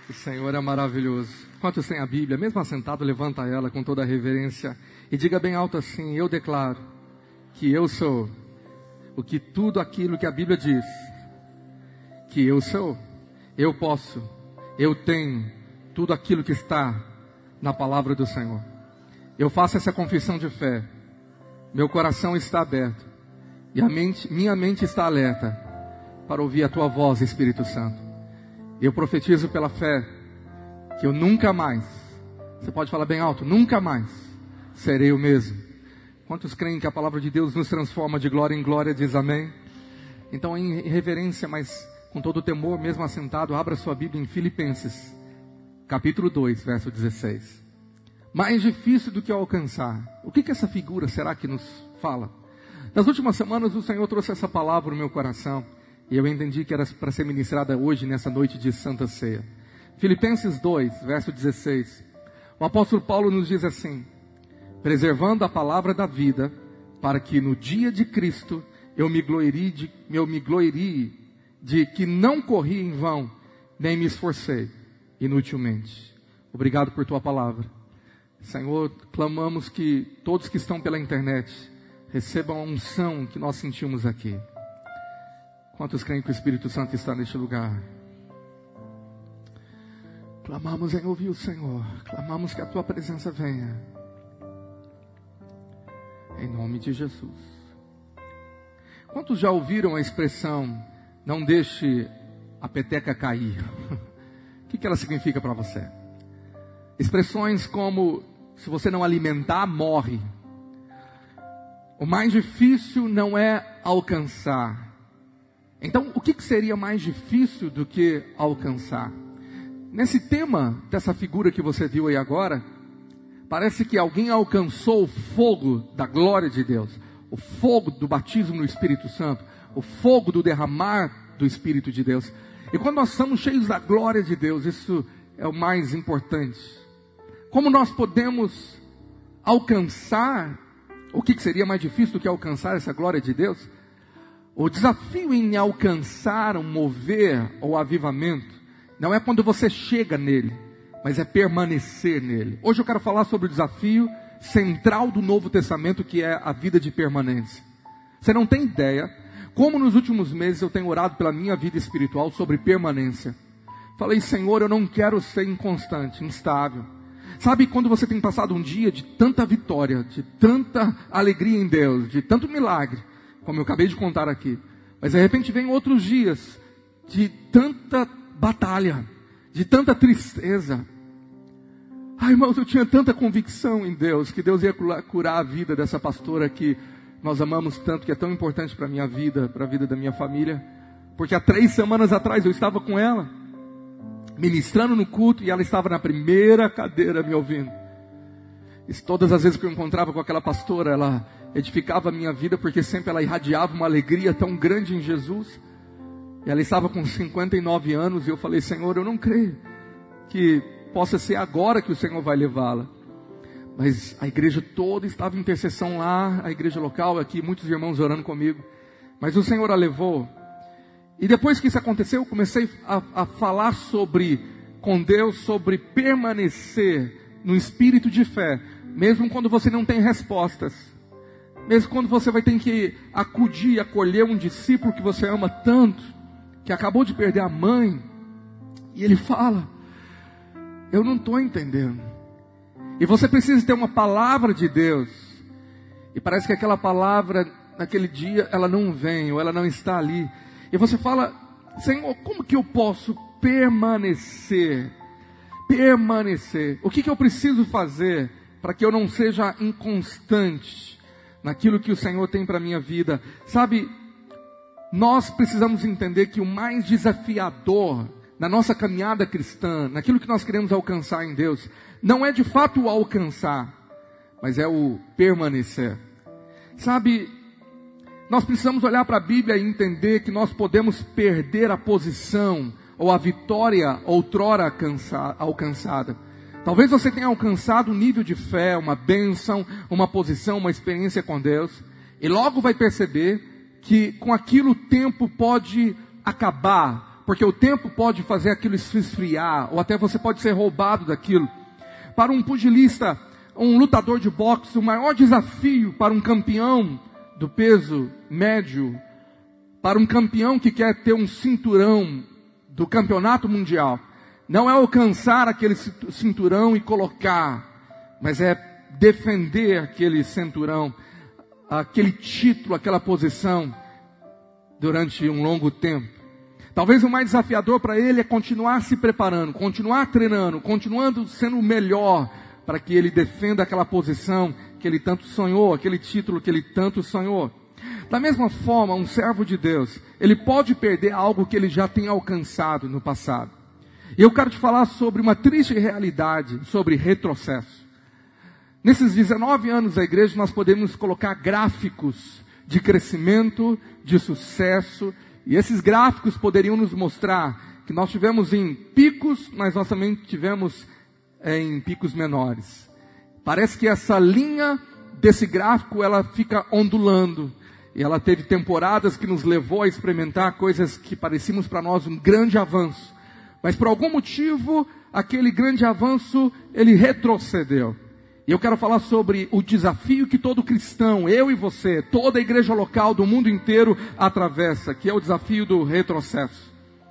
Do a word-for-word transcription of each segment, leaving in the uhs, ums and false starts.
O Senhor é maravilhoso. Quantos têm a Bíblia? Mesmo assentado, levanta ela com toda a reverência e diga bem alto assim: eu declaro que eu sou o que tudo aquilo que a Bíblia diz que eu sou. Eu posso, eu tenho tudo aquilo que está na palavra do Senhor. Eu faço essa confissão de fé. Meu coração está aberto e a mente, minha mente está alerta para ouvir a tua voz, Espírito Santo. Eu profetizo pela fé que eu nunca mais, você pode falar bem alto, nunca mais serei o mesmo. Quantos creem que a palavra de Deus nos transforma de glória em glória? Diz amém. Então, em reverência, mas com todo o temor, mesmo assentado, abra sua Bíblia em Filipenses, capítulo dois, verso dezesseis. Mais difícil do que alcançar. O que que essa figura será que nos fala? Nas últimas semanas o Senhor trouxe essa palavra no meu coração e eu entendi que era para ser ministrada hoje, nessa noite de Santa Ceia. Filipenses dois, verso dezesseis. O apóstolo Paulo nos diz assim: preservando a palavra da vida, para que no dia de Cristo eu me glorie de, eu me glorie de que não corri em vão, nem me esforcei inutilmente. Obrigado por tua palavra. Senhor, clamamos que todos que estão pela internet recebam a unção que nós sentimos aqui. Quantos creem que o Espírito Santo está neste lugar? Clamamos em ouvir o Senhor. Clamamos que a tua presença venha. Em nome de Jesus. Quantos já ouviram a expressão, não deixe a peteca cair? O que que ela significa para você? Expressões como, se você não alimentar, morre. O mais difícil não é alcançar. Então, o que que seria mais difícil do que alcançar? Nesse tema, dessa figura que você viu aí agora, parece que alguém alcançou o fogo da glória de Deus, o fogo do batismo no Espírito Santo, o fogo do derramar do Espírito de Deus. E quando nós estamos cheios da glória de Deus, isso é o mais importante. Como nós podemos alcançar, o que seria mais difícil do que alcançar essa glória de Deus? O desafio em alcançar um mover ou avivamento, não é quando você chega nele, mas é permanecer nele. Hoje eu quero falar sobre o desafio central do Novo Testamento, que é a vida de permanência. Você não tem ideia como nos últimos meses eu tenho orado pela minha vida espiritual sobre permanência. Falei: Senhor, eu não quero ser inconstante, instável. Sabe quando você tem passado um dia de tanta vitória, de tanta alegria em Deus, de tanto milagre, como eu acabei de contar aqui, mas de repente vem outros dias de tanta batalha, de tanta tristeza. Ai, irmãos, eu tinha tanta convicção em Deus, que Deus ia curar a vida dessa pastora que nós amamos tanto, que é tão importante para a minha vida, para a vida da minha família, porque há três semanas atrás eu estava com ela, ministrando no culto, e ela estava na primeira cadeira me ouvindo. E todas as vezes que eu encontrava com aquela pastora, ela edificava a minha vida, porque sempre ela irradiava uma alegria tão grande em Jesus. E ela estava com cinquenta e nove anos, e eu falei: Senhor, eu não creio que possa ser agora que o Senhor vai levá-la. Mas a igreja toda estava em intercessão lá, a igreja local aqui, muitos irmãos orando comigo. Mas o Senhor a levou. E depois que isso aconteceu, eu comecei a, a falar sobre, com Deus, sobre permanecer no espírito de fé, mesmo quando você não tem respostas, mesmo quando você vai ter que acudir, acolher um discípulo que você ama tanto, que acabou de perder a mãe, e ele fala: eu não estou entendendo. E você precisa ter uma palavra de Deus, e parece que aquela palavra, naquele dia, ela não vem, ou ela não está ali. E você fala: Senhor, como que eu posso permanecer? Permanecer. O que que eu preciso fazer para que eu não seja inconstante naquilo que o Senhor tem para a minha vida? Sabe, nós precisamos entender que o mais desafiador na nossa caminhada cristã, naquilo que nós queremos alcançar em Deus, não é de fato o alcançar, mas é o permanecer. Sabe, nós precisamos olhar para a Bíblia e entender que nós podemos perder a posição ou a vitória outrora alcançada. Talvez você tenha alcançado um nível de fé, uma bênção, uma posição, uma experiência com Deus, e logo vai perceber que com aquilo o tempo pode acabar, porque o tempo pode fazer aquilo se esfriar, ou até você pode ser roubado daquilo. Para um pugilista, um lutador de boxe, o maior desafio para um campeão do peso médio, para um campeão que quer ter um cinturão do campeonato mundial, não é alcançar aquele cinturão e colocar, mas é defender aquele cinturão, aquele título, aquela posição, durante um longo tempo. Talvez o mais desafiador para ele é continuar se preparando, continuar treinando, continuando sendo o melhor, para que ele defenda aquela posição que ele tanto sonhou, aquele título que ele tanto sonhou. Da mesma forma, um servo de Deus, ele pode perder algo que ele já tem alcançado no passado. E eu quero te falar sobre uma triste realidade, sobre retrocesso. Nesses dezenove anos da igreja, nós podemos colocar gráficos de crescimento, de sucesso, e esses gráficos poderiam nos mostrar que nós tivemos em picos, mas nós também tivemos é, em picos menores. Parece que essa linha desse gráfico, ela fica ondulando, e ela teve temporadas que nos levou a experimentar coisas que parecíamos para nós um grande avanço, mas por algum motivo, aquele grande avanço, ele retrocedeu. E eu quero falar sobre o desafio que todo cristão, eu e você, toda a igreja local do mundo inteiro atravessa, que é o desafio do retrocesso.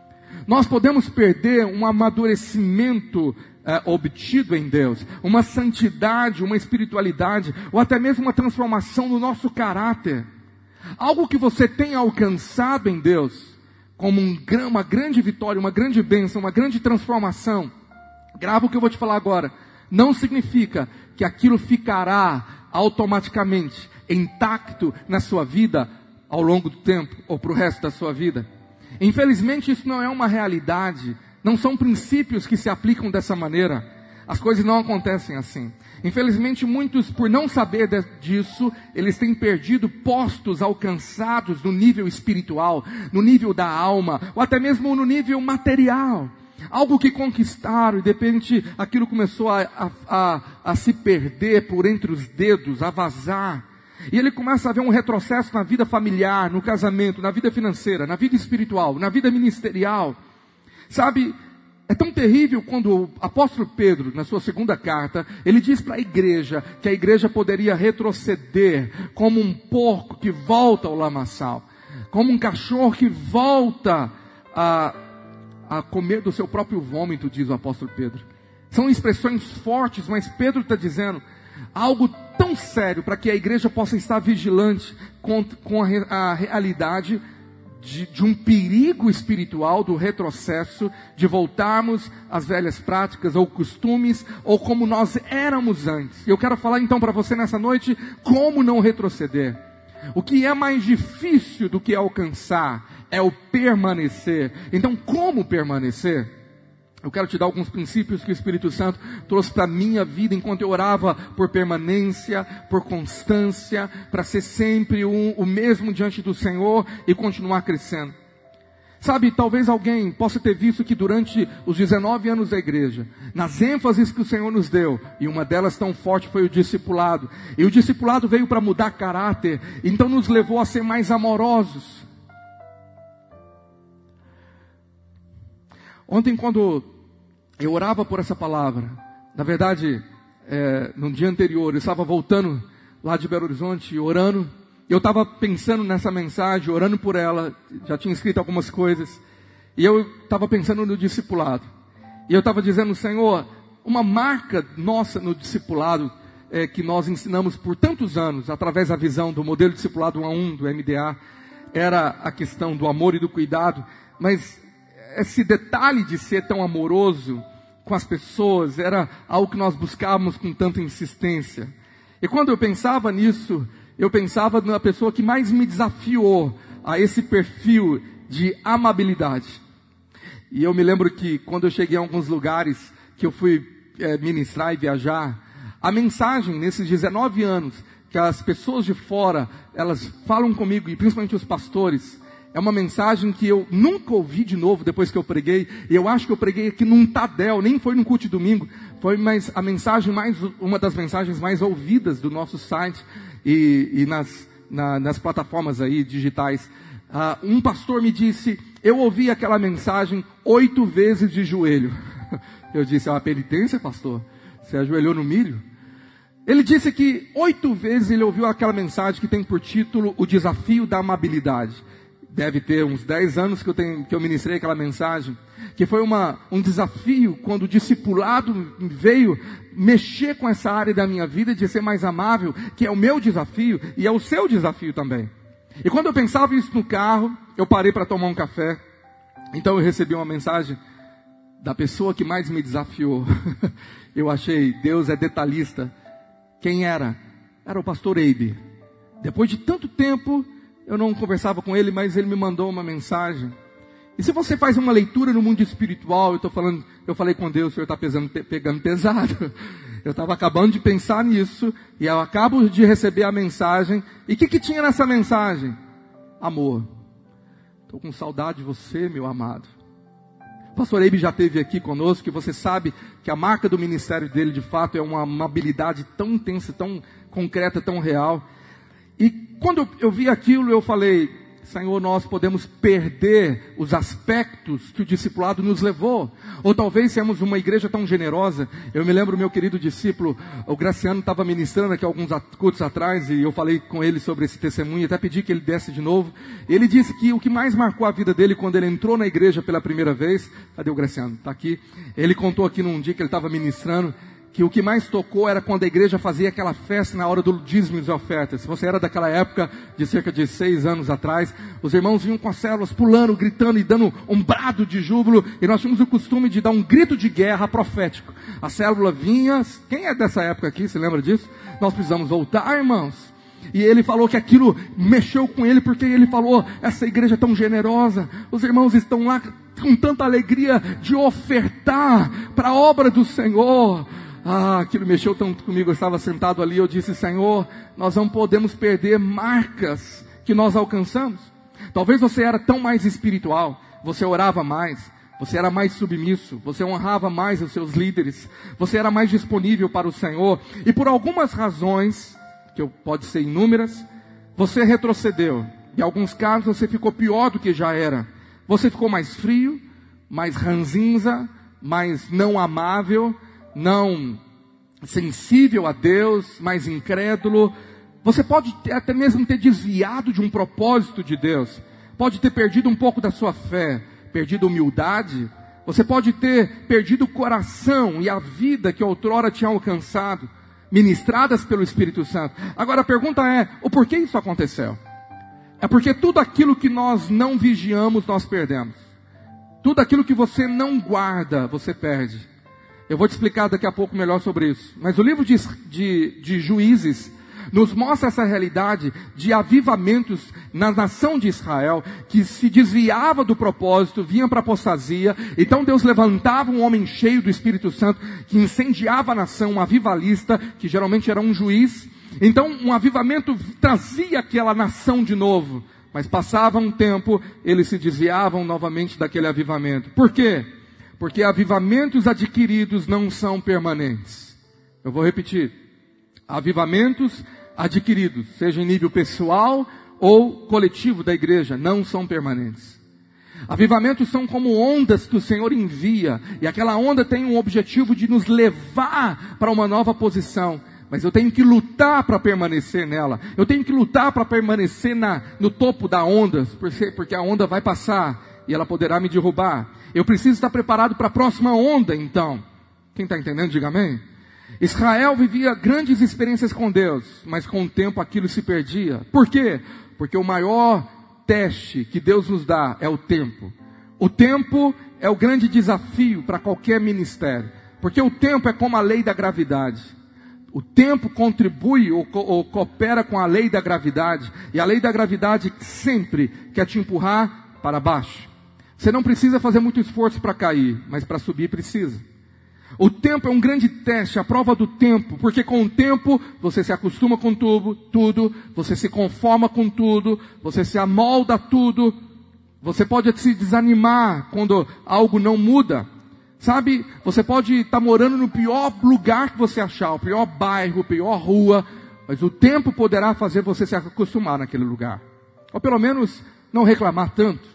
Nós podemos perder um amadurecimento é, obtido em Deus, uma santidade, uma espiritualidade, ou até mesmo uma transformação no nosso caráter. Algo que você tem alcançado em Deus, como um, uma grande vitória, uma grande bênção, uma grande transformação. Grava o que eu vou te falar agora. Não significa que aquilo ficará automaticamente intacto na sua vida ao longo do tempo ou para o resto da sua vida. Infelizmente isso não é uma realidade, não são princípios que se aplicam dessa maneira. As coisas não acontecem assim. Infelizmente muitos, por não saber de, disso, eles têm perdido postos alcançados no nível espiritual, no nível da alma, ou até mesmo no nível material. Algo que conquistaram e de repente aquilo começou a, a, a, a se perder por entre os dedos, a vazar. E ele começa a ver um retrocesso na vida familiar, no casamento, na vida financeira, na vida espiritual, na vida ministerial. Sabe, é tão terrível quando o apóstolo Pedro, na sua segunda carta, ele diz para a igreja que a igreja poderia retroceder como um porco que volta ao lamaçal, como um cachorro que volta a... a comer do seu próprio vômito, diz o apóstolo Pedro. São expressões fortes, mas Pedro está dizendo algo tão sério para que a igreja possa estar vigilante com, com a, a realidade de, de um perigo espiritual, do retrocesso, de voltarmos às velhas práticas ou costumes, ou como nós éramos antes. Eu quero falar então para você nessa noite, como não retroceder. O que é mais difícil do que alcançar é o permanecer. Então, como permanecer? Eu quero te dar alguns princípios que o Espírito Santo trouxe para a minha vida enquanto eu orava por permanência, por constância, para ser sempre um, o mesmo diante do Senhor e continuar crescendo. Sabe, talvez alguém possa ter visto que durante os dezenove anos da igreja, nas ênfases que o Senhor nos deu, e uma delas tão forte foi o discipulado, e o discipulado veio para mudar caráter, então nos levou a ser mais amorosos. Ontem, quando eu orava por essa palavra, na verdade, é, no dia anterior, eu estava voltando lá de Belo Horizonte, orando, eu estava pensando nessa mensagem, orando por ela, já tinha escrito algumas coisas, e eu estava pensando no discipulado, e eu estava dizendo, Senhor, uma marca nossa no discipulado, é, que nós ensinamos por tantos anos, através da visão do modelo discipulado um a um, do M D A, era a questão do amor e do cuidado, mas esse detalhe de ser tão amoroso com as pessoas, era algo que nós buscávamos com tanta insistência. E quando eu pensava nisso, eu pensava na pessoa que mais me desafiou a esse perfil de amabilidade. E eu me lembro que quando eu cheguei a alguns lugares que eu fui é, ministrar e viajar, a mensagem nesses dezenove anos, que as pessoas de fora, elas falam comigo, e principalmente os pastores, é uma mensagem que eu nunca ouvi de novo depois que eu preguei. E eu acho que eu preguei aqui num Tadel, nem foi no culto de domingo. Foi mais, a mensagem mais, uma das mensagens mais ouvidas do nosso site e, e nas, na, nas plataformas aí digitais. Ah, um pastor me disse, eu ouvi aquela mensagem oito vezes de joelho. Eu disse, é uma penitência, pastor? Você ajoelhou no milho? Ele disse que oito vezes ele ouviu aquela mensagem que tem por título O Desafio da Amabilidade. Deve ter uns dez anos que eu, tenho, que eu ministrei aquela mensagem, que foi uma, um desafio quando o discipulado veio mexer com essa área da minha vida de ser mais amável, que é o meu desafio e é o seu desafio também. E quando eu pensava isso no carro, eu parei para tomar um café. Então eu recebi uma mensagem da pessoa que mais me desafiou. Eu achei, Deus é detalhista. Quem era? Era o pastor Eibe. Depois de tanto tempo, eu não conversava com ele, mas ele me mandou uma mensagem. E se você faz uma leitura no mundo espiritual, eu tô falando, eu falei com Deus, o Senhor está pesando, pegando pesado. Eu estava acabando de pensar nisso, e eu acabo de receber a mensagem. E o que, que tinha nessa mensagem? Amor. Estou com saudade de você, meu amado. O pastor Eibe já esteve aqui conosco, e você sabe que a marca do ministério dele, de fato, é uma amabilidade tão intensa, tão concreta, tão real. E quando eu vi aquilo, eu falei, Senhor, nós podemos perder os aspectos que o discipulado nos levou. Ou talvez seamos uma igreja tão generosa. Eu me lembro, meu querido discípulo, o Graciano estava ministrando aqui alguns cultos atrás, e eu falei com ele sobre esse testemunho, até pedi que ele desse de novo. Ele disse que o que mais marcou a vida dele quando ele entrou na igreja pela primeira vez, cadê o Graciano? Está aqui. Ele contou aqui num dia que ele estava ministrando, que o que mais tocou era quando a igreja fazia aquela festa na hora do dízimo e ofertas. Se você era daquela época, de cerca de seis anos atrás, os irmãos vinham com as células pulando, gritando e dando um brado de júbilo, e nós tínhamos o costume de dar um grito de guerra profético. A célula vinha, quem é dessa época aqui, se lembra disso? Nós precisamos voltar, irmãos. E ele falou que aquilo mexeu com ele, porque ele falou, essa igreja é tão generosa, os irmãos estão lá com tanta alegria de ofertar para a obra do Senhor. Ah, aquilo mexeu tanto comigo, eu estava sentado ali, eu disse, Senhor, nós não podemos perder marcas que nós alcançamos. Talvez você era tão mais espiritual, você orava mais, você era mais submisso, você honrava mais os seus líderes, você era mais disponível para o Senhor, e por algumas razões, que eu, pode ser inúmeras, você retrocedeu. Em alguns casos você ficou pior do que já era. Você ficou mais frio, mais ranzinza, mais não amável, não sensível a Deus, mais incrédulo. Você pode até mesmo ter desviado de um propósito de Deus. Pode ter perdido um pouco da sua fé, perdido humildade. Você pode ter perdido o coração e a vida que outrora tinha alcançado, ministradas pelo Espírito Santo. Agora a pergunta é, o porquê isso aconteceu? É porque tudo aquilo que nós não vigiamos, nós perdemos. Tudo aquilo que você não guarda, você perde. Eu vou te explicar daqui a pouco melhor sobre isso. Mas o livro de, de, de Juízes nos mostra essa realidade de avivamentos na nação de Israel, que se desviava do propósito, vinha para a apostasia. Então Deus levantava um homem cheio do Espírito Santo, que incendiava a nação, um avivalista, que geralmente era um juiz. Então um avivamento trazia aquela nação de novo. Mas passava um tempo, eles se desviavam novamente daquele avivamento. Por quê? Porque avivamentos adquiridos não são permanentes. Eu vou repetir. Avivamentos adquiridos, seja em nível pessoal ou coletivo da igreja, não são permanentes. Avivamentos são como ondas que o Senhor envia. E aquela onda tem um objetivo de nos levar para uma nova posição. Mas eu tenho que lutar para permanecer nela. Eu tenho que lutar para permanecer na, no topo da onda. Porque, porque a onda vai passar e ela poderá me derrubar. Eu preciso estar preparado para a próxima onda, então. Quem está entendendo, diga amém. Israel vivia grandes experiências com Deus, mas com o tempo aquilo se perdia. Por quê? Porque o maior teste que Deus nos dá é o tempo. O tempo é o grande desafio para qualquer ministério. Porque o tempo é como a lei da gravidade. O tempo contribui ou, co- ou coopera com a lei da gravidade. E a lei da gravidade sempre quer te empurrar para baixo. Você não precisa fazer muito esforço para cair, mas para subir precisa. O tempo é um grande teste, a prova do tempo, porque com o tempo você se acostuma com tudo, tudo, você se conforma com tudo, você se amolda a tudo. Você pode se desanimar quando algo não muda. Sabe, você pode estar morando no pior lugar que você achar, o pior bairro, a pior rua, mas o tempo poderá fazer você se acostumar naquele lugar. Ou pelo menos não reclamar tanto.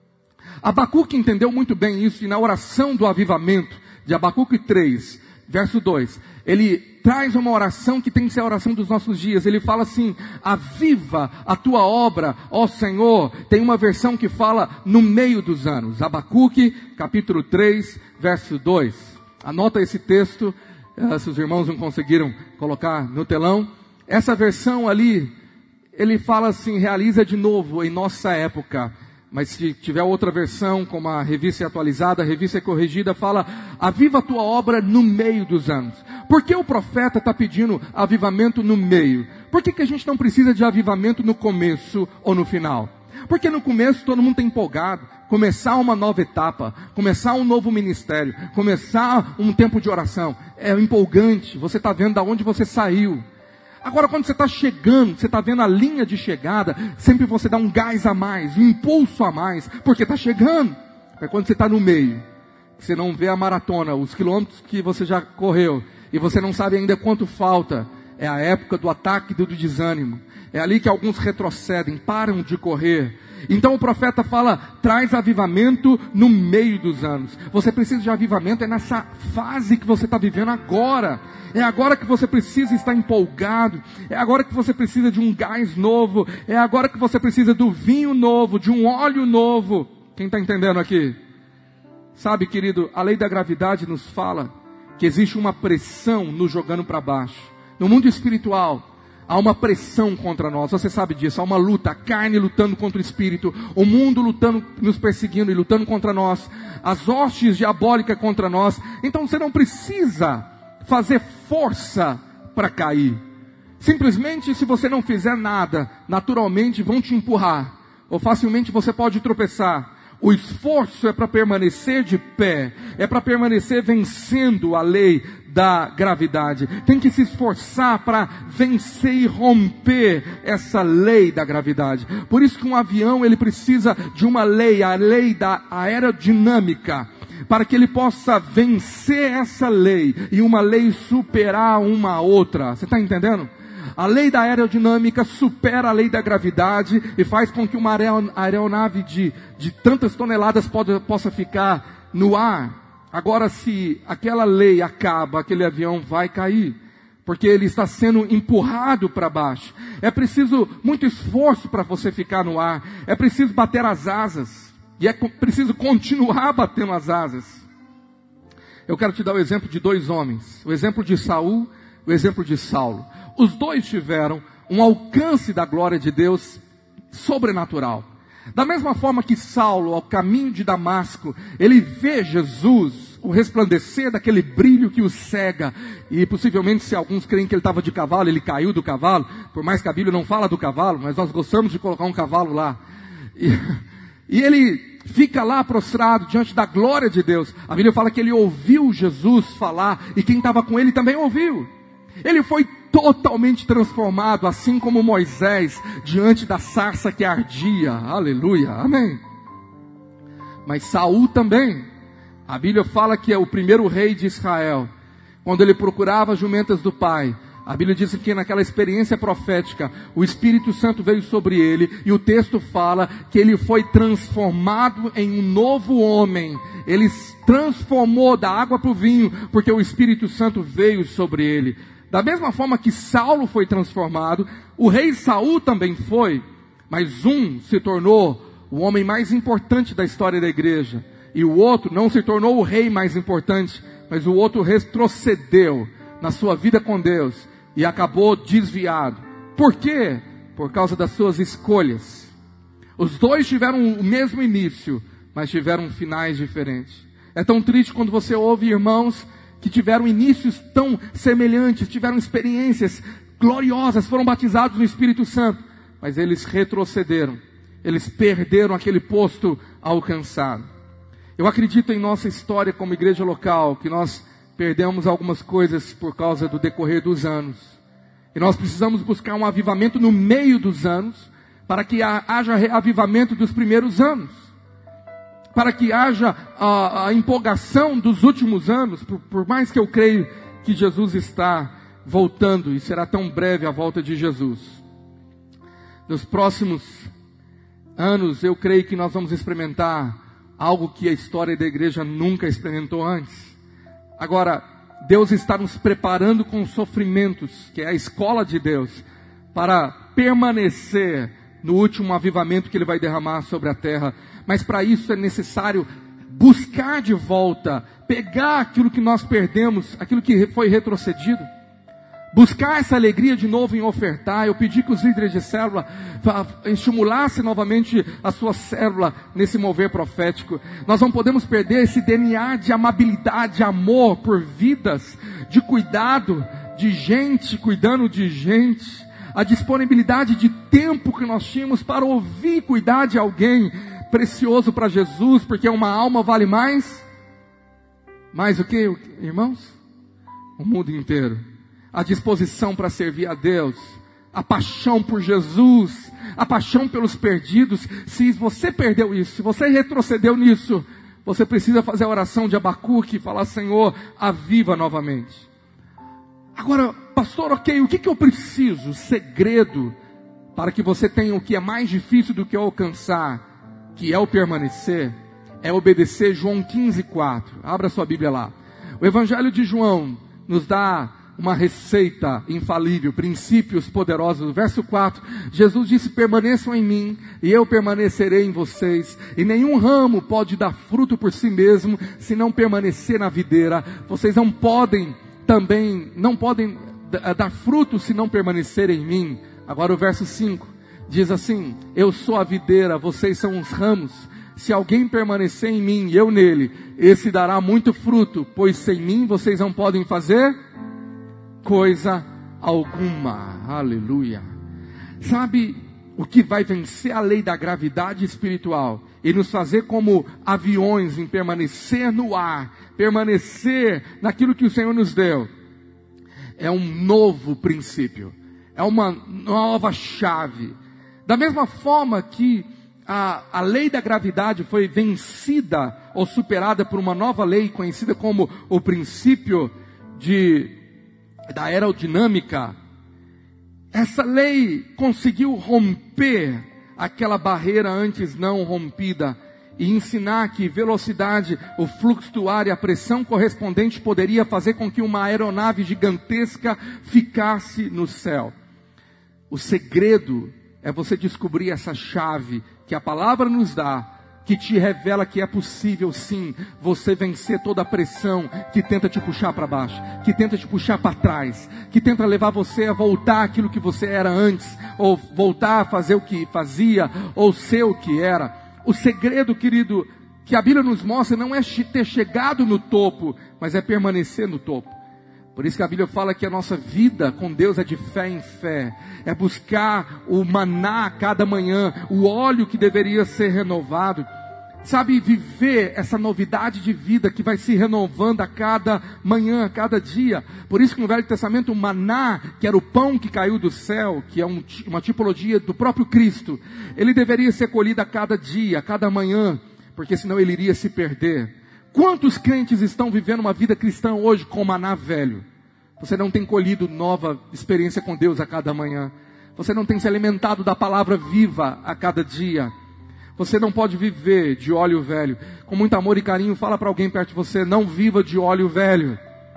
Abacuque entendeu muito bem isso, e na oração do avivamento, de Abacuque três, verso dois, ele traz uma oração que tem que ser a oração dos nossos dias. Ele fala assim: aviva a tua obra, ó Senhor. Tem uma versão que fala no meio dos anos. Abacuque, capítulo três, verso dois. Anota esse texto, se os irmãos não conseguiram colocar no telão. Essa versão ali, ele fala assim: realiza de novo em nossa época. Mas se tiver outra versão, como a revista atualizada, a revista corrigida, fala: aviva a tua obra no meio dos anos. Por que o profeta está pedindo avivamento no meio? Por que que a gente não precisa de avivamento no começo ou no final? Porque no começo todo mundo está empolgado, começar uma nova etapa, começar um novo ministério, começar um tempo de oração, é empolgante, você está vendo de onde você saiu. Agora, quando você está chegando, você está vendo a linha de chegada, sempre você dá um gás a mais, um impulso a mais, porque está chegando. Mas quando você está no meio, você não vê a maratona, os quilômetros que você já correu, e você não sabe ainda quanto falta, é a época do ataque e do desânimo. É ali que alguns retrocedem, param de correr. Então o profeta fala: traz avivamento no meio dos anos. Você precisa de avivamento, é nessa fase que você está vivendo agora. É agora que você precisa estar empolgado. É agora que você precisa de um gás novo. É agora que você precisa do vinho novo, de um óleo novo. Quem está entendendo aqui? Sabe, querido, a lei da gravidade nos fala que existe uma pressão nos jogando para baixo. No mundo espiritual, há uma pressão contra nós, você sabe disso, há uma luta, a carne lutando contra o espírito, o mundo lutando, nos perseguindo e lutando contra nós, as hostes diabólicas contra nós. Então você não precisa fazer força para cair. Simplesmente, se você não fizer nada, naturalmente vão te empurrar, ou facilmente você pode tropeçar. O esforço é para permanecer de pé, é para permanecer vencendo a lei da gravidade. Tem que se esforçar para vencer e romper essa lei da gravidade. Por isso que um avião, ele precisa de uma lei, a lei da aerodinâmica, para que ele possa vencer essa lei, e uma lei superar uma outra. Você está entendendo? A lei da aerodinâmica supera a lei da gravidade e faz com que uma aeronave de, de tantas toneladas pode, possa ficar no ar. Agora, se aquela lei acaba, aquele avião vai cair, porque ele está sendo empurrado para baixo. É preciso muito esforço para você ficar no ar. É preciso bater as asas. E é preciso continuar batendo as asas. Eu quero te dar o exemplo de dois homens. O exemplo de Saul, o exemplo de Saulo. Os dois tiveram um alcance da glória de Deus sobrenatural. Da mesma forma que Saulo, ao caminho de Damasco, ele vê Jesus, o resplandecer daquele brilho que o cega. E possivelmente, se alguns creem que ele estava de cavalo, ele caiu do cavalo. Por mais que a Bíblia não fala do cavalo, mas nós gostamos de colocar um cavalo lá. E, e ele fica lá prostrado diante da glória de Deus. A Bíblia fala que ele ouviu Jesus falar, e quem estava com ele também ouviu. Ele foi totalmente transformado, assim como Moisés, diante da sarça que ardia. Aleluia, amém. Mas Saul também. A Bíblia fala que é o primeiro rei de Israel. Quando ele procurava as jumentas do pai, a Bíblia diz que naquela experiência profética, o Espírito Santo veio sobre ele, e o texto fala que ele foi transformado em um novo homem. Ele transformou da água para o vinho, porque o Espírito Santo veio sobre ele. Da mesma forma que Saulo foi transformado, o rei Saul também foi, mas um se tornou o homem mais importante da história da igreja, e o outro não se tornou o rei mais importante, mas o outro retrocedeu na sua vida com Deus, e acabou desviado. Por quê? Por causa das suas escolhas. Os dois tiveram o mesmo início, mas tiveram finais diferentes. É tão triste quando você ouve irmãos que tiveram inícios tão semelhantes, tiveram experiências gloriosas, foram batizados no Espírito Santo, mas eles retrocederam, eles perderam aquele posto alcançado. Eu acredito em nossa história como igreja local, que nós perdemos algumas coisas por causa do decorrer dos anos, e nós precisamos buscar um avivamento no meio dos anos, para que haja reavivamento dos primeiros anos, para que haja a, a empolgação dos últimos anos, por, por mais que eu creio que Jesus está voltando, e será tão breve a volta de Jesus. Nos próximos anos, eu creio que nós vamos experimentar algo que a história da igreja nunca experimentou antes. Agora, Deus está nos preparando com sofrimentos, que é a escola de Deus, para permanecer no último avivamento que Ele vai derramar sobre a terra. Mas para isso é necessário buscar de volta, pegar aquilo que nós perdemos, aquilo que foi retrocedido, buscar essa alegria de novo em ofertar. Eu pedi que os líderes de célula estimulassem novamente a sua célula nesse mover profético. Nós não podemos perder esse D N A de amabilidade, de amor por vidas, de cuidado, de gente cuidando de gente, a disponibilidade de tempo que nós tínhamos para ouvir e cuidar de alguém precioso para Jesus, porque uma alma vale mais, mais o que, irmãos? O mundo inteiro. A disposição para servir a Deus, a paixão por Jesus, a paixão pelos perdidos. Se você perdeu isso, se você retrocedeu nisso, você precisa fazer a oração de Abacuque e falar: Senhor, aviva novamente. Agora, pastor, ok, o que, que eu preciso? O segredo para que você tenha o que é mais difícil do que alcançar, que é o permanecer, é obedecer João quinze, quatro. Abra sua Bíblia lá. O Evangelho de João nos dá uma receita infalível, princípios poderosos. Verso quatro, Jesus disse: permaneçam em mim, e eu permanecerei em vocês, e nenhum ramo pode dar fruto por si mesmo, se não permanecer na videira. Vocês não podem também, não podem dar fruto se não permanecerem em mim. Agora o verso cinco, diz assim: eu sou a videira, vocês são os ramos. Se alguém permanecer em mim e eu nele, esse dará muito fruto, pois sem mim vocês não podem fazer coisa alguma. Aleluia. Sabe o que vai vencer a lei da gravidade espiritual e nos fazer como aviões em permanecer no ar, permanecer naquilo que o Senhor nos deu? É um novo princípio, é uma nova chave. Da mesma forma que a, a lei da gravidade foi vencida ou superada por uma nova lei conhecida como o princípio de da aerodinâmica, essa lei conseguiu romper aquela barreira antes não rompida e ensinar que velocidade, o fluxo do ar e a pressão correspondente poderia fazer com que uma aeronave gigantesca ficasse no céu. O segredo é você descobrir essa chave que a palavra nos dá, que te revela que é possível sim, você vencer toda a pressão que tenta te puxar para baixo, que tenta te puxar para trás, que tenta levar você a voltar àquilo que você era antes, ou voltar a fazer o que fazia, ou ser o que era. O segredo, querido, que a Bíblia nos mostra não é ter chegado no topo, mas é permanecer no topo. Por isso que a Bíblia fala que a nossa vida com Deus é de fé em fé, é buscar o maná a cada manhã, o óleo que deveria ser renovado. Sabe, viver essa novidade de vida que vai se renovando a cada manhã, a cada dia. Por isso que no Velho Testamento o maná, que era o pão que caiu do céu, que é um, uma tipologia do próprio Cristo, ele deveria ser colhido a cada dia, a cada manhã, porque senão ele iria se perder. Quantos crentes estão vivendo uma vida cristã hoje com maná velho? Você não tem colhido nova experiência com Deus a cada manhã. Você não tem se alimentado da palavra viva a cada dia. Você não pode viver de óleo velho. Com muito amor e carinho, fala para alguém perto de você: não viva de óleo velho.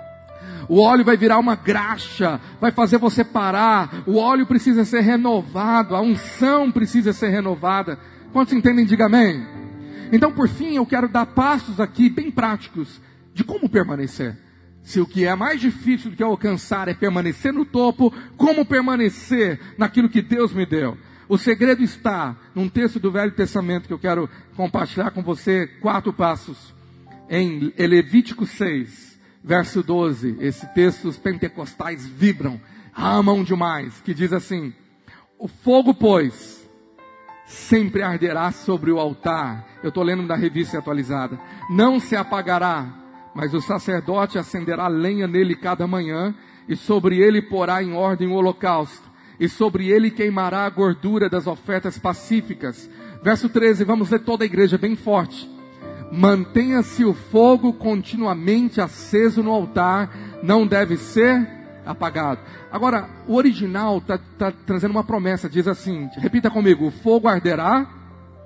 O óleo vai virar uma graxa, vai fazer você parar. O óleo precisa ser renovado, a unção precisa ser renovada. Quantos entendem? Diga amém. Então, por fim, eu quero dar passos aqui bem práticos de como permanecer. Se o que é mais difícil do que alcançar é permanecer no topo, como permanecer naquilo que Deus me deu? O segredo está num texto do Velho Testamento que eu quero compartilhar com você, quatro passos. Em Levítico seis, verso doze, esse texto os pentecostais vibram, amam demais, que diz assim: o fogo, pois, sempre arderá sobre o altar. Eu estou lendo da Revista Atualizada. Não se apagará, mas o sacerdote acenderá lenha nele cada manhã, e sobre ele porá em ordem o holocausto, e sobre ele queimará a gordura das ofertas pacíficas. Verso treze, vamos ler toda a igreja bem forte. Mantenha-se o fogo continuamente aceso no altar, não deve ser apagado. Agora, o original está tá trazendo uma promessa, diz assim, repita comigo: o fogo arderá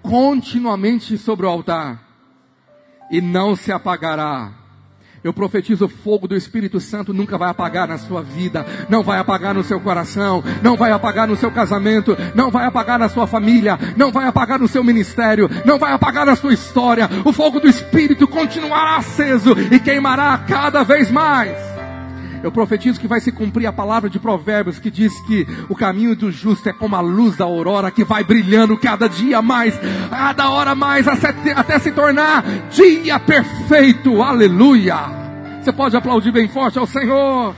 continuamente sobre o altar, e não se apagará. Eu profetizo: o fogo do Espírito Santo nunca vai apagar na sua vida, não vai apagar no seu coração, não vai apagar no seu casamento, não vai apagar na sua família, não vai apagar no seu ministério, não vai apagar na sua história. O fogo do Espírito continuará aceso e queimará cada vez mais. Eu profetizo que vai se cumprir a palavra de Provérbios, que diz que o caminho do justo é como a luz da aurora, que vai brilhando cada dia mais, cada hora mais, até se tornar dia perfeito. Aleluia! Você pode aplaudir bem forte ao Senhor.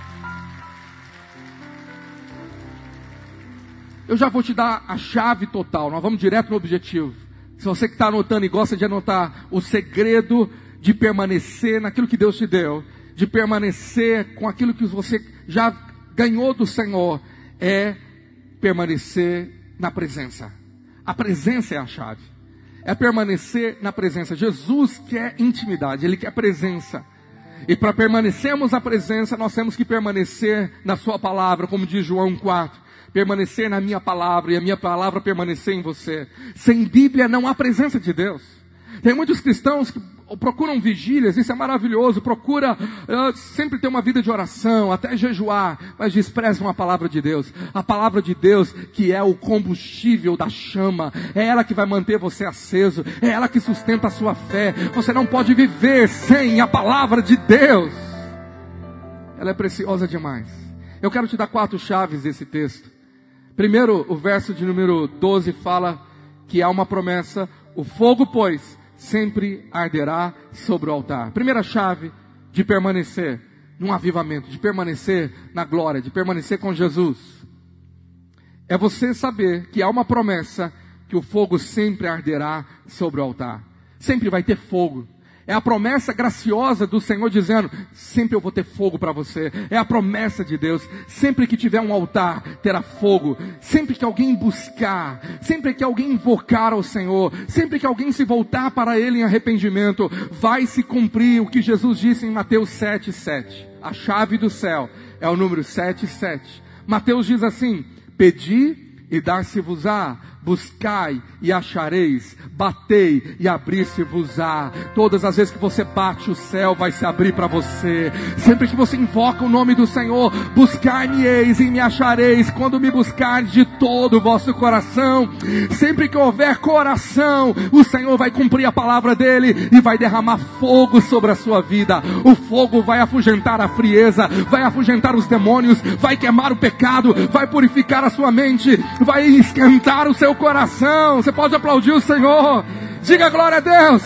Eu já vou te dar a chave total, nós vamos direto no objetivo. Se você que está anotando e gosta de anotar, o segredo de permanecer naquilo que Deus te deu, de permanecer com aquilo que você já ganhou do Senhor, é permanecer na presença. A presença é a chave. É permanecer na presença. Jesus quer intimidade, Ele quer presença. E para permanecermos na presença, nós temos que permanecer na sua palavra, como diz João quatro. Permanecer na minha palavra e a minha palavra permanecer em você. Sem Bíblia não há presença de Deus. Tem muitos cristãos que procuram vigílias, isso é maravilhoso, procura uh, sempre ter uma vida de oração, até jejuar, mas desprezam a palavra de Deus. A palavra de Deus, que é o combustível da chama, é ela que vai manter você aceso, é ela que sustenta a sua fé. Você não pode viver sem a palavra de Deus. Ela é preciosa demais. Eu quero te dar quatro chaves desse texto. Primeiro, o verso de número doze fala que há uma promessa: o fogo, pois, sempre arderá sobre o altar. Primeira chave de permanecer num avivamento, de permanecer na glória, de permanecer com Jesus, é você saber que há uma promessa que o fogo sempre arderá sobre o altar. Sempre vai ter fogo. É a promessa graciosa do Senhor dizendo: sempre eu vou ter fogo para você. É a promessa de Deus. Sempre que tiver um altar, terá fogo. Sempre que alguém buscar, sempre que alguém invocar ao Senhor, sempre que alguém se voltar para Ele em arrependimento, vai se cumprir o que Jesus disse em Mateus sete, sete. A chave do céu é o número sete, sete. Mateus diz assim: pedi e dar-se-vos-á, buscai e achareis, batei e abrir-se-vos-á. Todas as vezes que você bate, o céu vai se abrir para você. Sempre que você invoca o nome do Senhor: buscar-me-eis e me achareis, quando me buscardes de todo o vosso coração. Sempre que houver coração, o Senhor vai cumprir a palavra dele e vai derramar fogo sobre a sua vida. O fogo vai afugentar a frieza, vai afugentar os demônios, vai queimar o pecado, vai purificar a sua mente, vai esquentar o seu coração. Você pode aplaudir o Senhor. Diga glória a Deus.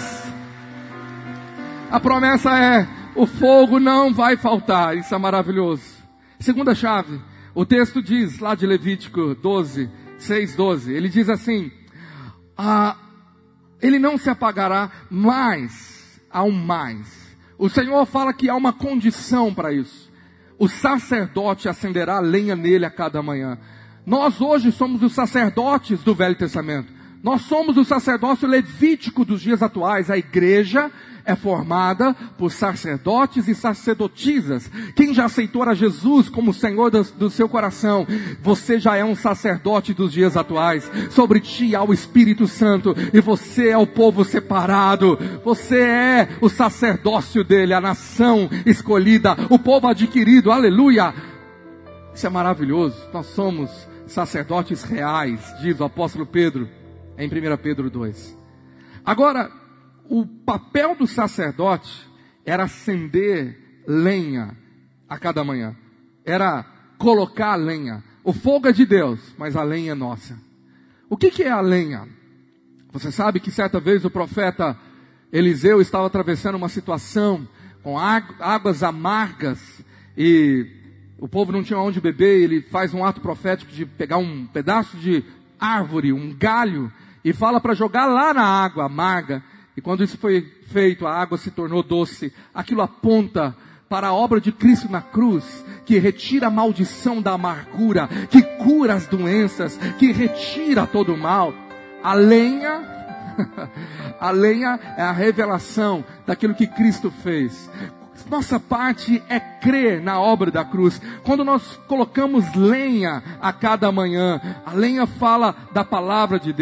A promessa é: o fogo não vai faltar. Isso é maravilhoso. Segunda chave, o texto diz lá de Levítico doze, seis, doze, ele diz assim: ah, ele não se apagará, mas há um mais. O Senhor fala que há uma condição para isso: o sacerdote acenderá lenha nele a cada manhã. Nós hoje somos os sacerdotes do Velho Testamento. Nós somos o sacerdócio levítico dos dias atuais. A igreja é formada por sacerdotes e sacerdotisas. Quem já aceitou a Jesus como Senhor do, do seu coração, você já é um sacerdote dos dias atuais. Sobre ti há o Espírito Santo e você é o povo separado. Você é o sacerdócio dele, a nação escolhida, o povo adquirido. Aleluia! Isso é maravilhoso. Nós somos sacerdotes reais, diz o apóstolo Pedro em primeira Pedro dois. Agora, o papel do sacerdote era acender lenha a cada manhã. Era colocar a lenha. O fogo é de Deus, mas a lenha é nossa. O que, que é a lenha? Você sabe que certa vez o profeta Eliseu estava atravessando uma situação com águas amargas e o povo não tinha onde beber. Ele faz um ato profético de pegar um pedaço de árvore, um galho, e fala para jogar lá na água amarga. E quando isso foi feito, a água se tornou doce. Aquilo aponta para a obra de Cristo na cruz, que retira a maldição da amargura, que cura as doenças, que retira todo o mal. A lenha, a lenha é a revelação daquilo que Cristo fez. Nossa parte é crer na obra da cruz. Quando nós colocamos lenha a cada manhã, a lenha fala da palavra de Deus.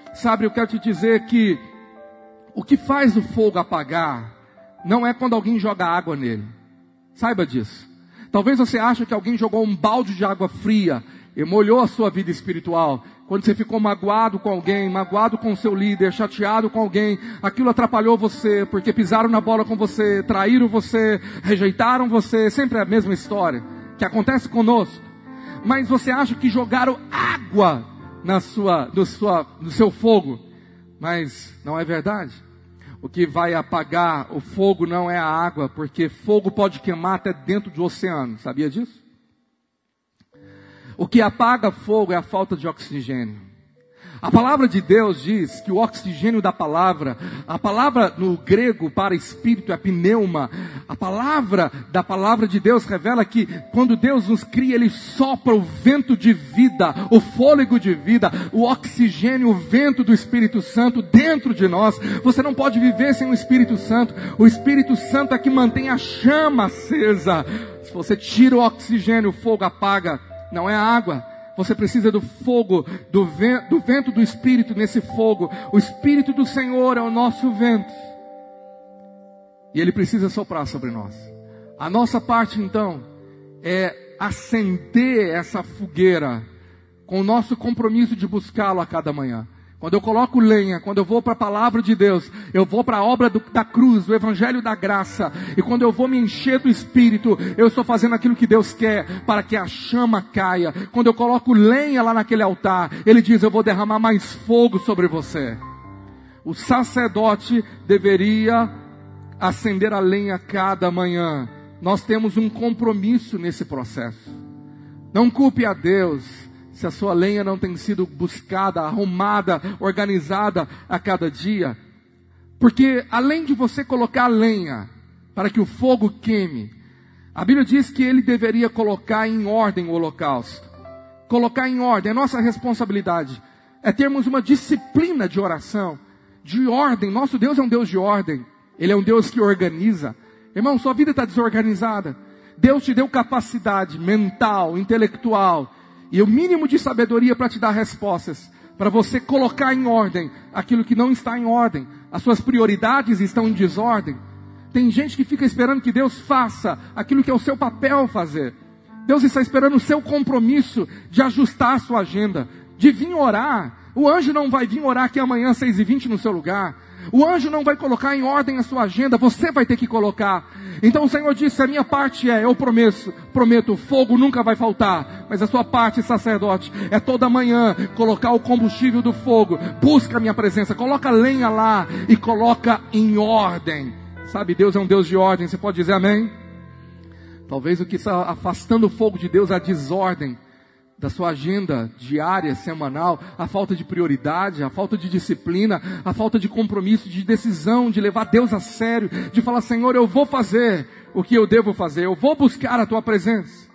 Sabe, eu quero te dizer que o que faz o fogo apagar não é quando alguém joga água nele. Saiba disso. Talvez você ache que alguém jogou um balde de água fria e molhou a sua vida espiritual. Quando você ficou magoado com alguém, magoado com o seu líder, chateado com alguém, aquilo atrapalhou você, porque pisaram na bola com você, traíram você, rejeitaram você, sempre é a mesma história que acontece conosco. Mas você acha que jogaram água na sua, no, sua, no seu fogo, mas não é verdade. O que vai apagar o fogo não é a água, porque fogo pode queimar até dentro do oceano, sabia disso? O que apaga fogo é a falta de oxigênio. A palavra de Deus diz que o oxigênio da palavra, a palavra no grego para espírito é pneuma. A palavra da palavra de Deus revela que quando Deus nos cria, Ele sopra o vento de vida, o fôlego de vida, o oxigênio, o vento do Espírito Santo dentro de nós. Você não pode viver sem o Espírito Santo. O Espírito Santo é que mantém a chama acesa. Se você tira o oxigênio, o fogo apaga. Não é a água. Você precisa do fogo, do vento, do vento do Espírito nesse fogo. O Espírito do Senhor é o nosso vento. E Ele precisa soprar sobre nós. A nossa parte então é acender essa fogueira com o nosso compromisso de buscá-lo a cada manhã. Quando eu coloco lenha, quando eu vou para a palavra de Deus, eu vou para a obra do, da cruz, do evangelho da graça, e quando eu vou me encher do Espírito, eu estou fazendo aquilo que Deus quer, para que a chama caia. Quando eu coloco lenha lá naquele altar, Ele diz, eu vou derramar mais fogo sobre você. O sacerdote deveria acender a lenha cada manhã. Nós temos um compromisso nesse processo. Não culpe a Deus se a sua lenha não tem sido buscada, arrumada, organizada a cada dia. Porque além de você colocar a lenha para que o fogo queime, a Bíblia diz que Ele deveria colocar em ordem o holocausto. Colocar em ordem, é nossa responsabilidade. É termos uma disciplina de oração, de ordem. Nosso Deus é um Deus de ordem. Ele é um Deus que organiza. Irmão, sua vida está desorganizada. Deus te deu capacidade mental, intelectual, e o mínimo de sabedoria para te dar respostas, para você colocar em ordem aquilo que não está em ordem. As suas prioridades estão em desordem. Tem gente que fica esperando que Deus faça aquilo que é o seu papel fazer. Deus está esperando o seu compromisso de ajustar a sua agenda, de vir orar. O anjo não vai vir orar aqui amanhã às seis e vinte no seu lugar. O anjo não vai colocar em ordem a sua agenda, você vai ter que colocar. Então o Senhor disse, a minha parte é, eu prometo, prometo, o fogo nunca vai faltar. Mas a sua parte, sacerdote, é toda manhã colocar o combustível do fogo. Busca a minha presença, coloca lenha lá e coloca em ordem. Sabe, Deus é um Deus de ordem, você pode dizer amém? Talvez o que está afastando o fogo de Deus é a desordem da sua agenda diária, semanal, a falta de prioridade, a falta de disciplina, a falta de compromisso, de decisão, de levar Deus a sério, de falar, Senhor, eu vou fazer o que eu devo fazer, eu vou buscar a Tua presença.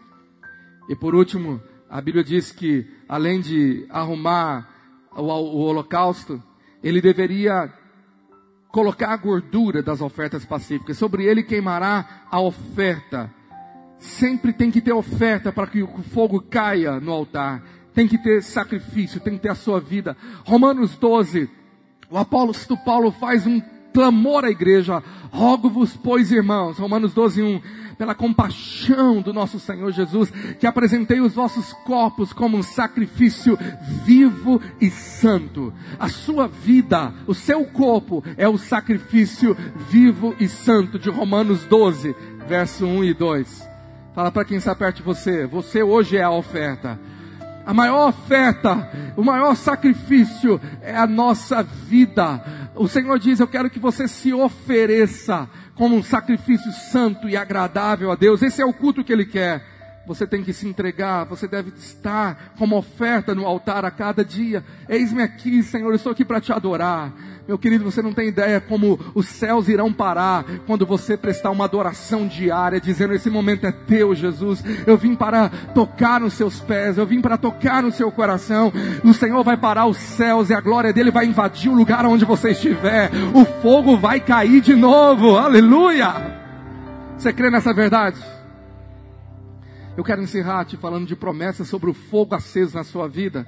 E por último, a Bíblia diz que, além de arrumar o, o holocausto, ele deveria colocar a gordura das ofertas pacíficas, sobre ele queimará a oferta. Sempre tem que ter oferta para que o fogo caia no altar. Tem que ter sacrifício, tem que ter a sua vida. Romanos doze, o apóstolo Paulo faz um clamor à igreja. Rogo-vos, pois, irmãos, Romanos doze, um, pela compaixão do nosso Senhor Jesus, que apresentei os vossos corpos como um sacrifício vivo e santo. A sua vida, o seu corpo é o sacrifício vivo e santo de Romanos doze, verso um e dois. Fala para quem está perto de você, você hoje é a oferta. A maior oferta, o maior sacrifício é a nossa vida. O Senhor diz, eu quero que você se ofereça como um sacrifício santo e agradável a Deus. Esse é o culto que Ele quer. Você tem que se entregar, você deve estar como oferta no altar a cada dia. Eis-me aqui, Senhor, eu estou aqui para te adorar. Meu querido, você não tem ideia como os céus irão parar quando você prestar uma adoração diária, dizendo, esse momento é teu, Jesus. Eu vim para tocar nos seus pés, eu vim para tocar no seu coração. O Senhor vai parar os céus e a glória dele vai invadir o lugar onde você estiver. O fogo vai cair de novo, aleluia! Você crê nessa verdade? Eu quero encerrar te falando de promessas sobre o fogo aceso na sua vida.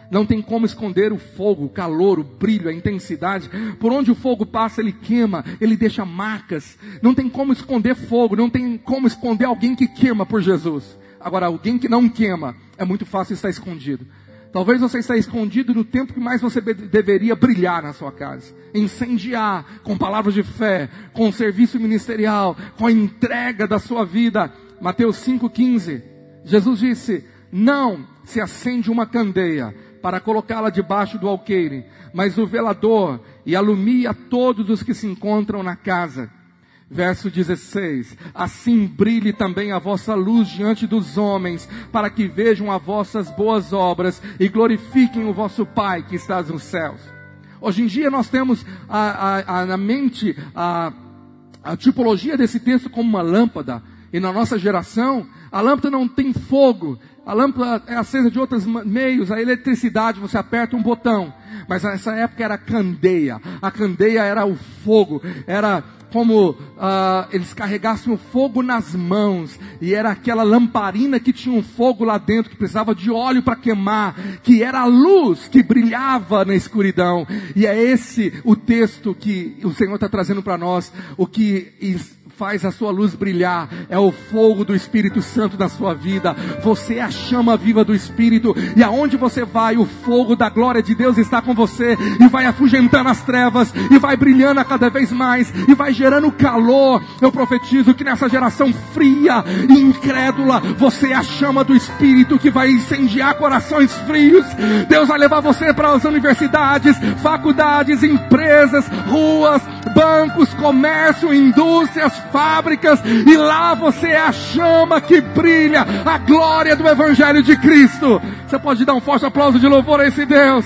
Não tem como esconder o fogo, o calor, o brilho, a intensidade. Por onde o fogo passa, ele queima, ele deixa marcas. Não tem como esconder fogo, não tem como esconder alguém que queima por Jesus. Agora, alguém que não queima, é muito fácil estar escondido. Talvez você esteja escondido no tempo que mais você deveria brilhar na sua casa. Incendiar com palavras de fé, com o serviço ministerial, com a entrega da sua vida. Mateus cinco, quinze. Jesus disse, não se acende uma candeia para colocá-la debaixo do alqueire, mas o velador e alumia todos os que se encontram na casa. Verso dezesseis, assim brilhe também a vossa luz diante dos homens, para que vejam as vossas boas obras e glorifiquem o vosso Pai que está nos céus. Hoje em dia nós temos a, a, a, na mente a, a tipologia desse texto como uma lâmpada, e na nossa geração, a lâmpada não tem fogo, a lâmpada é acesa de outros meios, a eletricidade, você aperta um botão, mas nessa época era a candeia, a candeia era o fogo, era como uh, eles carregassem o fogo nas mãos, e era aquela lamparina que tinha um fogo lá dentro, que precisava de óleo para queimar, que era a luz que brilhava na escuridão. E é esse o texto que o Senhor está trazendo para nós, o que faz a sua luz brilhar, é o fogo do Espírito Santo na sua vida. Você é a chama viva do Espírito, e aonde você vai, o fogo da glória de Deus está com você, e vai afugentando as trevas, e vai brilhando a cada vez mais, e vai gerando calor. Eu profetizo que nessa geração fria e incrédula, você é a chama do Espírito que vai incendiar corações frios. Deus vai levar você para as universidades, faculdades, empresas, ruas, bancos, comércio, indústrias, fábricas, e lá você é a chama que brilha, a glória do Evangelho de Cristo. Você pode dar um forte aplauso de louvor a esse Deus.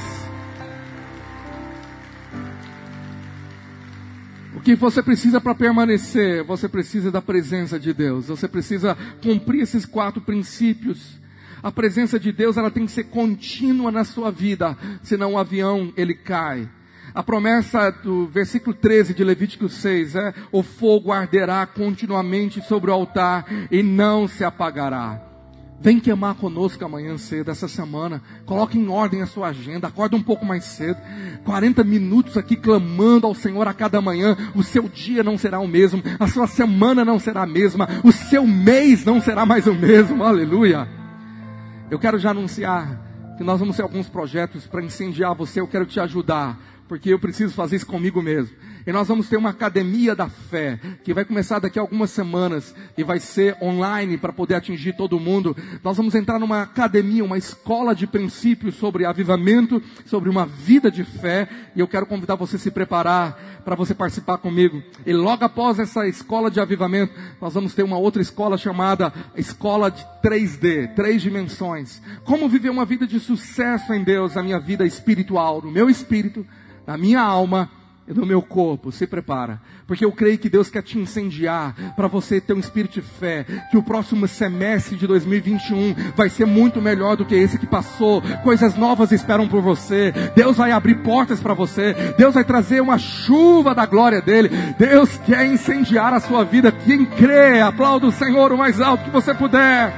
O que você precisa para permanecer? Você precisa da presença de Deus. Você precisa cumprir esses quatro princípios. A presença de Deus, ela tem que ser contínua na sua vida, senão o avião ele cai. A promessa do versículo treze de Levítico seis é: o fogo arderá continuamente sobre o altar e não se apagará. Vem queimar conosco amanhã cedo, essa semana. Coloque em ordem a sua agenda, acorda um pouco mais cedo. quarenta minutos aqui clamando ao Senhor a cada manhã. O seu dia não será o mesmo, a sua semana não será a mesma, o seu mês não será mais o mesmo. Aleluia. Eu quero já anunciar que nós vamos ter alguns projetos para incendiar você. Eu quero te ajudar, porque eu preciso fazer isso comigo mesmo. E nós vamos ter uma academia da fé, que vai começar daqui a algumas semanas, e vai ser online para poder atingir todo mundo. Nós vamos entrar numa academia, uma escola de princípios sobre avivamento, sobre uma vida de fé, e eu quero convidar você a se preparar para você participar comigo. E logo após essa escola de avivamento, nós vamos ter uma outra escola chamada Escola de três D, três dimensões. Como viver uma vida de sucesso em Deus, na minha vida espiritual, no meu espírito, na minha alma e no meu corpo. Se prepara, porque eu creio que Deus quer te incendiar, para você ter um espírito de fé, que o próximo semestre de dois mil e vinte e um vai ser muito melhor do que esse que passou. Coisas novas esperam por você. Deus vai abrir portas para você. Deus vai trazer uma chuva da glória dele. Deus quer incendiar a sua vida. Quem crê, aplauda o Senhor o mais alto que você puder.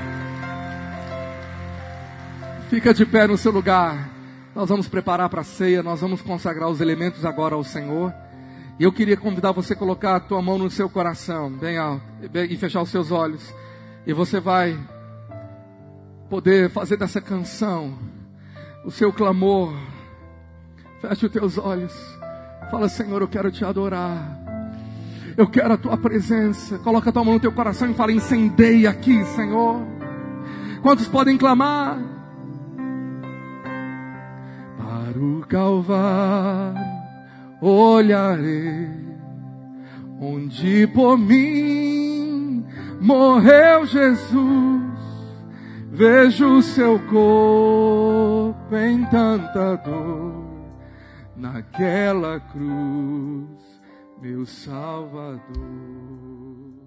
Fica de pé no seu lugar. Nós vamos preparar para a ceia, nós vamos consagrar os elementos agora ao Senhor. E eu queria convidar você a colocar a tua mão no seu coração, bem alto, e fechar os seus olhos. E você vai poder fazer dessa canção o seu clamor. Feche os teus olhos. Fala: Senhor, eu quero te adorar. Eu quero a tua presença. Coloca a tua mão no teu coração e fala: incendeia aqui, Senhor. Quantos podem clamar? Para o Calvário olharei, onde por mim morreu Jesus. Vejo o seu corpo em tanta dor, naquela cruz, meu Salvador.